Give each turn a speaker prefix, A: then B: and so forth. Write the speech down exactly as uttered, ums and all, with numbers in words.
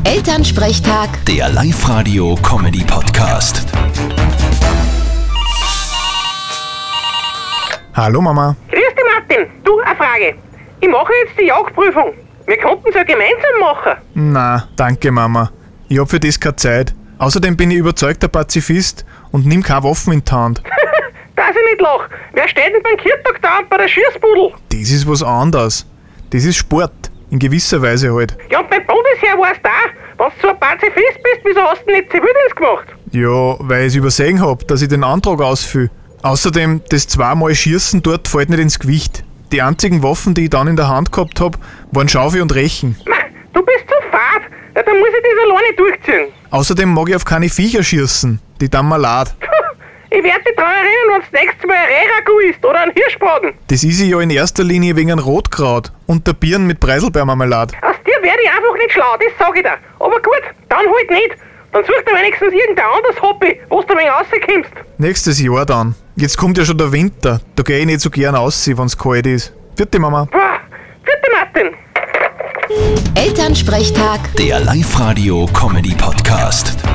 A: Elternsprechtag,
B: Der Live-Radio-Comedy-Podcast.
C: Hallo Mama.
D: Grüß dich, Martin. Du, eine Frage. Ich mache jetzt die Jagdprüfung. Wir könnten es ja gemeinsam machen.
C: Na, danke Mama. Ich hab für das keine Zeit. Außerdem bin ich überzeugter Pazifist und nimm keine Waffen in die Hand.
D: Dass ich nicht lach. Wer steht denn beim Kirtag da und bei der Schießbudel?
C: Das ist was anderes. Das ist Sport. In gewisser Weise halt.
D: Ja, und beim Bundesheer warst du auch. Wenn du so ein Pazifist bist, wieso hast du nicht Zivildienst gemacht?
C: Ja, weil ich es übersehen hab, dass ich den Antrag ausfülle. Außerdem, das zweimal Schießen dort fällt nicht ins Gewicht. Die einzigen Waffen, die ich dann in der Hand gehabt hab, waren Schaufel und Rechen.
D: Ma, du bist zu fad. Ja, dann muss ich das alleine durchziehen.
C: Außerdem mag ich auf keine Viecher schießen. Die tun mir leid.
D: Ich werde dich daran erinnern, wenn du das nächste Mal ein Rehragout isst oder einen Hirschbraten.
C: Das ist ich ja in erster Linie wegen einem Rotkraut und der Birnen mit Preiselbeermarmelade.
D: Aus dir werde ich einfach nicht schlau, das sag ich dir. Aber gut, dann halt nicht. Dann such dir wenigstens irgendein anderes Hobby, wo du ein wenig rauskommst.
C: Nächstes Jahr dann. Jetzt kommt ja schon der Winter. Da geh ich nicht so gern raus, wenn's kalt ist. Vierte Mama.
D: Boah, bitte Martin.
A: Elternsprechtag.
B: Der Live-Radio-Comedy-Podcast.